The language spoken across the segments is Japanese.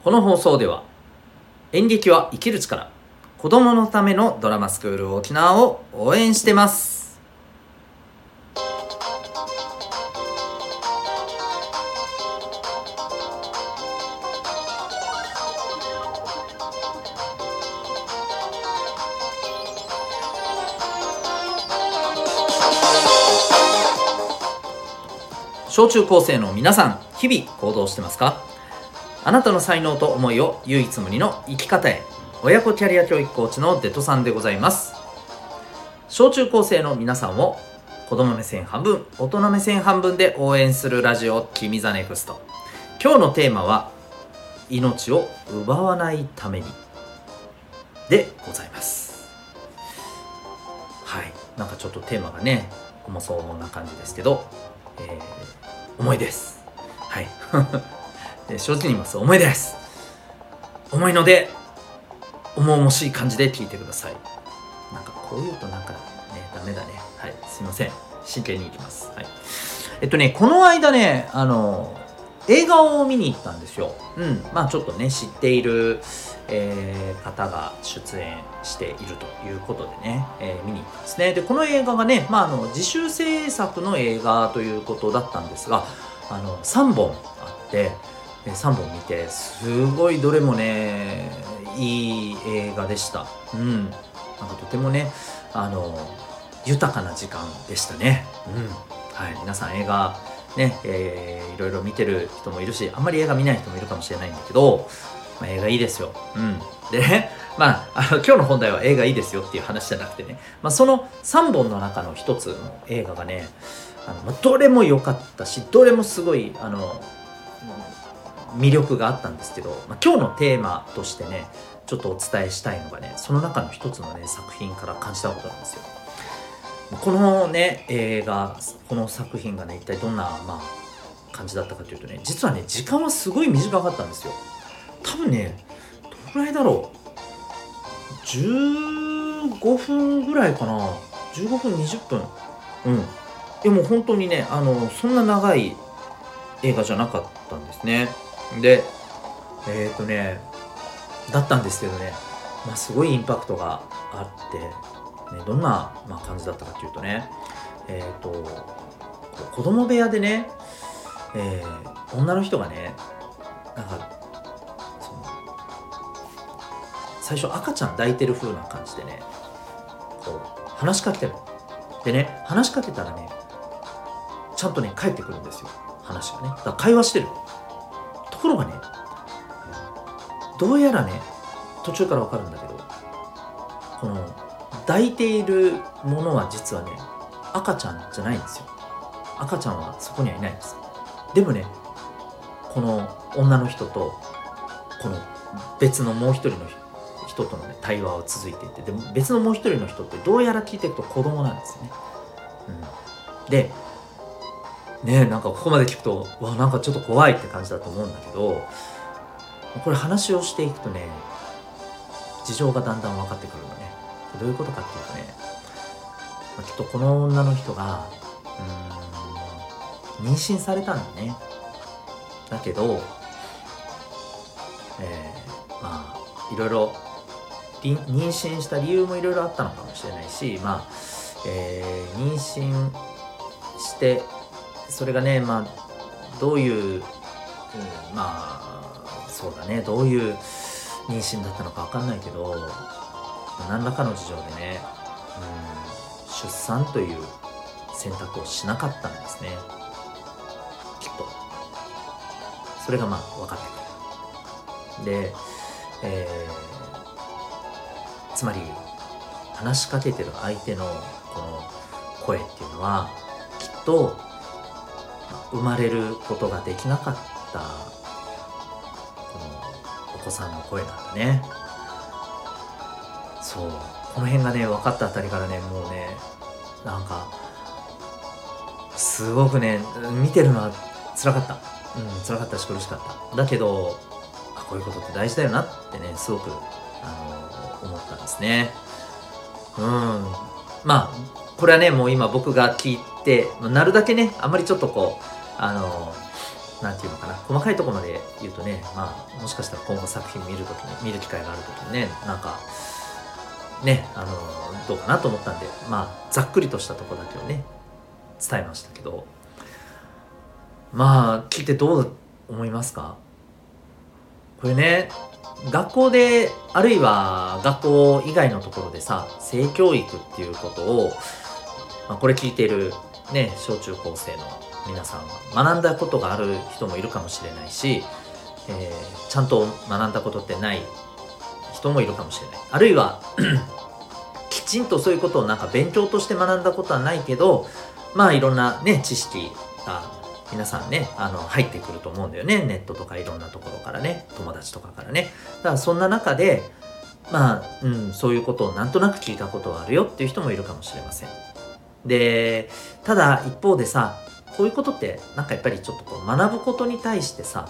この放送では演劇は生きる力、子供のためのドラマスクール沖縄を応援してます。小中高生の皆さん、日々行動してますか？あなたの才能と思いを唯一無二の生き方へ。親子キャリア教育コーチのデトさんでございます。小中高生の皆さんを子供目線半分、大人目線半分で応援するラジオ君ザネクスト。今日のテーマは命を奪わないためにでございます。はい、なんかちょっとテーマがね重そうな感じですけど、重いです。はい正直に言います。重いです。重いので重々しい感じで聞いてください。なんかこう言うとなんかねダメだね。はい、すいません。真剣にいきます。はい。この間ね映画を見に行ったんですよ。まあちょっとね知っている、方が出演しているということでね、見に行ったんですね。でこの映画がね、自主制作の映画ということだったんですが、3本あって3本見てすごいどれもねいい映画でした。なんかとてもね豊かな時間でしたね。はい、皆さん映画ね、いろいろ見てる人もいるし、あんまり映画見ない人もいるかもしれないんだけど、映画いいですよ。でね、今日の本題は映画いいですよっていう話じゃなくてね、その3本の中の一つの映画がね、どれも良かったし、どれもすごい魅力があったんですけど、今日のテーマとしてねちょっとお伝えしたいのがね、その中の一つのね作品から感じたことなんですよ。このね映画、この作品がね一体どんな感じだったかというとね、実はね時間はすごい短かったんですよ。多分ねどのくらいだろう、15分ぐらいかな。15分20分。でも本当にねそんな長い映画じゃなかったんですね。でだったんですけどね、すごいインパクトがあって、どんな、感じだったかというとね、子供部屋でね、女の人がねなんか最初赤ちゃん抱いてる風な感じでねこう話しかけてる。でね話しかけたらねちゃんとね返ってくるんですよ、話がね。だから会話してる。ところがねどうやらね途中から分かるんだけど、この抱いているものは実はね赤ちゃんじゃないんですよ。赤ちゃんはそこにはいないんです。でもねこの女の人とこの別のもう一人の人との、ね、対話は続いていて、でも別のもう一人の人ってどうやら聞いていくと子供なんですよね。でねなんかここまで聞くとなんかちょっと怖いって感じだと思うんだけど、これ話をしていくとね事情がだんだん分かってくるのね。どういうことかっていうとね、きっとこの女の人が妊娠されたんだね。だけどいろいろ妊娠した理由もいろいろあったのかもしれないし、妊娠してそれがねどういう、そうだねどういう妊娠だったのか分かんないけど、何らかの事情でね出産という選択をしなかったんですね、きっと。それが分かってくる。で、つまり話しかけてる相手のこの声っていうのはきっと生まれることができなかったこのお子さんの声なんだね。そう、この辺がね分かったあたりからねもうねなんかすごくね見てるのは辛かった。辛かったし苦しかった。だけどこういうことって大事だよなってねすごく思ったんですね。これはねもう今僕が聞いてなるだけねあんまりちょっとこうなんていうのかな、細かいところまで言うとね、もしかしたら今後作品見る機会がある時にね、なんかね、どうかなと思ったんで、ざっくりとしたところだけをね伝えましたけど、聞いてどう思いますか？これね、学校であるいは学校以外のところでさ、性教育っていうことを、これ聞いているね、小中高生の皆さんは学んだことがある人もいるかもしれないし、ちゃんと学んだことってない人もいるかもしれない。あるいはきちんとそういうことをなんか勉強として学んだことはないけど、いろんなね知識が皆さんね入ってくると思うんだよね。ネットとかいろんなところからね、友達とかからね。だからそんな中でそういうことをなんとなく聞いたことがあるよっていう人もいるかもしれません。で、ただ一方でさ、こういうことってなんかやっぱりちょっとこう学ぶことに対してさ、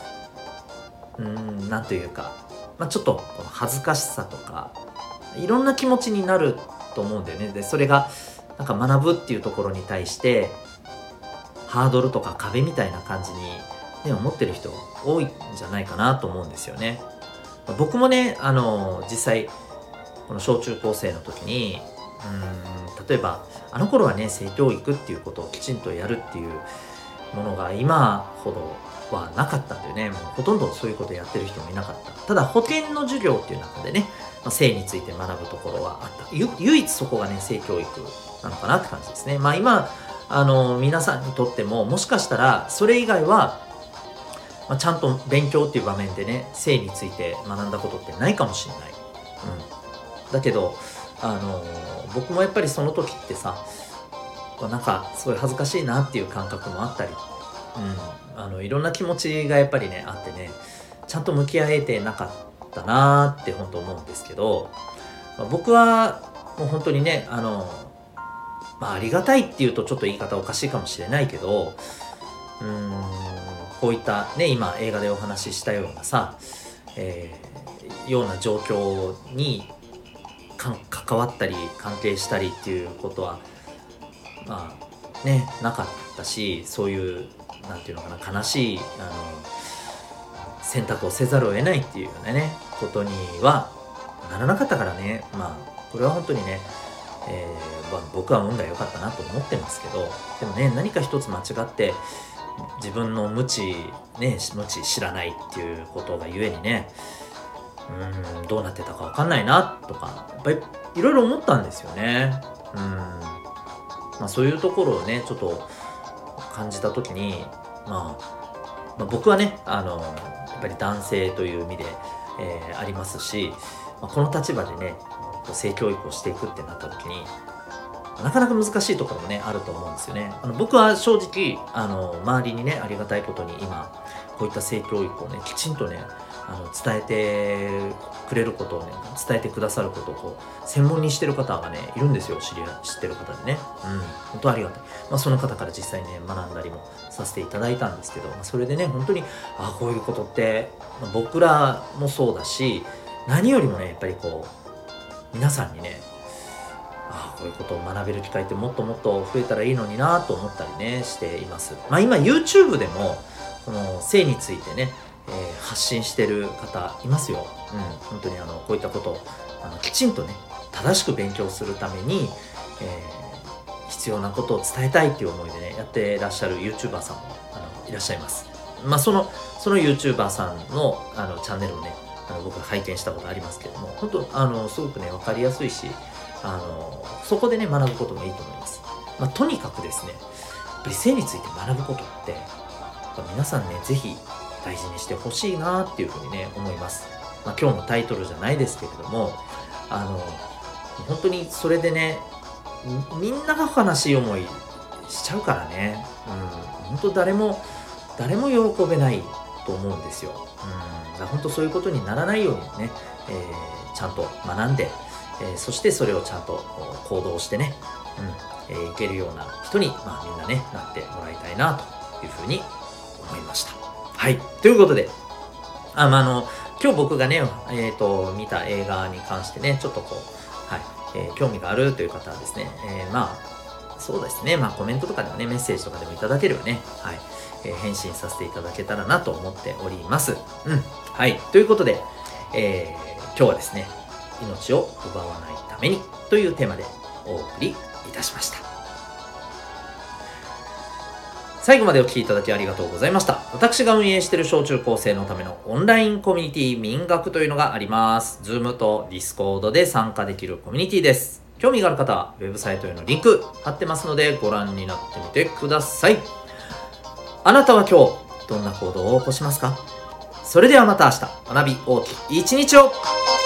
なんというか、ちょっとこの恥ずかしさとかいろんな気持ちになると思うんだよね。で、それがなんか学ぶっていうところに対してハードルとか壁みたいな感じに、ね、思ってる人多いんじゃないかなと思うんですよね。僕もね、実際この小中高生の時に例えばあの頃はね、性教育っていうことをきちんとやるっていうものが今ほどはなかったんだよね。もうほとんどそういうことやってる人もいなかった。ただ保健の授業っていう中でね、性について学ぶところはあった。唯一そこがね、性教育なのかなって感じですね。今皆さんにとってももしかしたらそれ以外は、ちゃんと勉強っていう場面でね、性について学んだことってないかもしれない。だけど僕もやっぱりその時ってさ、なんかすごい恥ずかしいなっていう感覚もあったり、いろんな気持ちがやっぱりねあってね、ちゃんと向き合えてなかったなーって本当思うんですけど、僕はもう本当にねありがたいっていうとちょっと言い方おかしいかもしれないけど、こういったね、今映画でお話ししたようなさ、ような状況に関わったり関係したりっていうことはなかったし、そういうなんていうのかな、悲しい選択をせざるを得ないっていうようなねことにはならなかったからね、これは本当にね、僕は運が良かったなと思ってますけど、でもね、何か一つ間違って自分の無知知らないっていうことがゆえにね、どうなってたか分かんないなとかやっぱりいろいろ思ったんですよね。そういうところをねちょっと感じた時に、僕はねやっぱり男性という意味で、ありますし、この立場でね性教育をしていくってなった時になかなか難しいところもねあると思うんですよね。僕は正直周りにねありがたいことに今こういった性教育をねきちんとね伝えてくれることをね、伝えてくださることをこう専門にしてる方がねいるんですよ。知ってる方でね、本当ありがたい。その方から実際ね学んだりもさせていただいたんですけど、それでね本当にこういうことって、僕らもそうだし、何よりもねやっぱりこう皆さんにねこういうことを学べる機会ってもっともっと増えたらいいのになと思ったりねしています。今 YouTube でもこの性についてね発信してる方いますよ。本当にこういったことをきちんとね正しく勉強するために、必要なことを伝えたいっていう思いでねやってらっしゃる YouTuber さんもいらっしゃいます。その YouTuber さんのチャンネルをね僕は拝見したことありますけども、本当すごくね分かりやすいし、そこでね学ぶこともいいと思います。とにかくですね、やっぱり性について学ぶことって皆さんねぜひ大事にしてほしいなっていうふうにね思います。今日のタイトルじゃないですけれども、本当にそれでねみんなが悲しい思いしちゃうからね、本当誰も喜べないと思うんですよ。だから本当そういうことにならないようにね、ちゃんと学んで、そしてそれをちゃんと行動してね、いけるような人に、みんなねなってもらいたいなというふうに思いました。はい、ということで今日僕がね、見た映画に関してねちょっとこう、興味があるという方はですね、そうですね、コメントとかでもねメッセージとかでもいただければね、 返信させていただけたらなと思っております。はい。ということで、今日はですね、命を奪わないためにというテーマでお送りいたしました。最後までお聞きいただきありがとうございました。私が運営している小中高生のためのオンラインコミュニティ民学というのがあります。Zoom と Discord で参加できるコミュニティです。興味がある方はウェブサイトへのリンク貼ってますのでご覧になってみてください。あなたは今日どんな行動を起こしますか？それではまた明日、学び大きい一日を。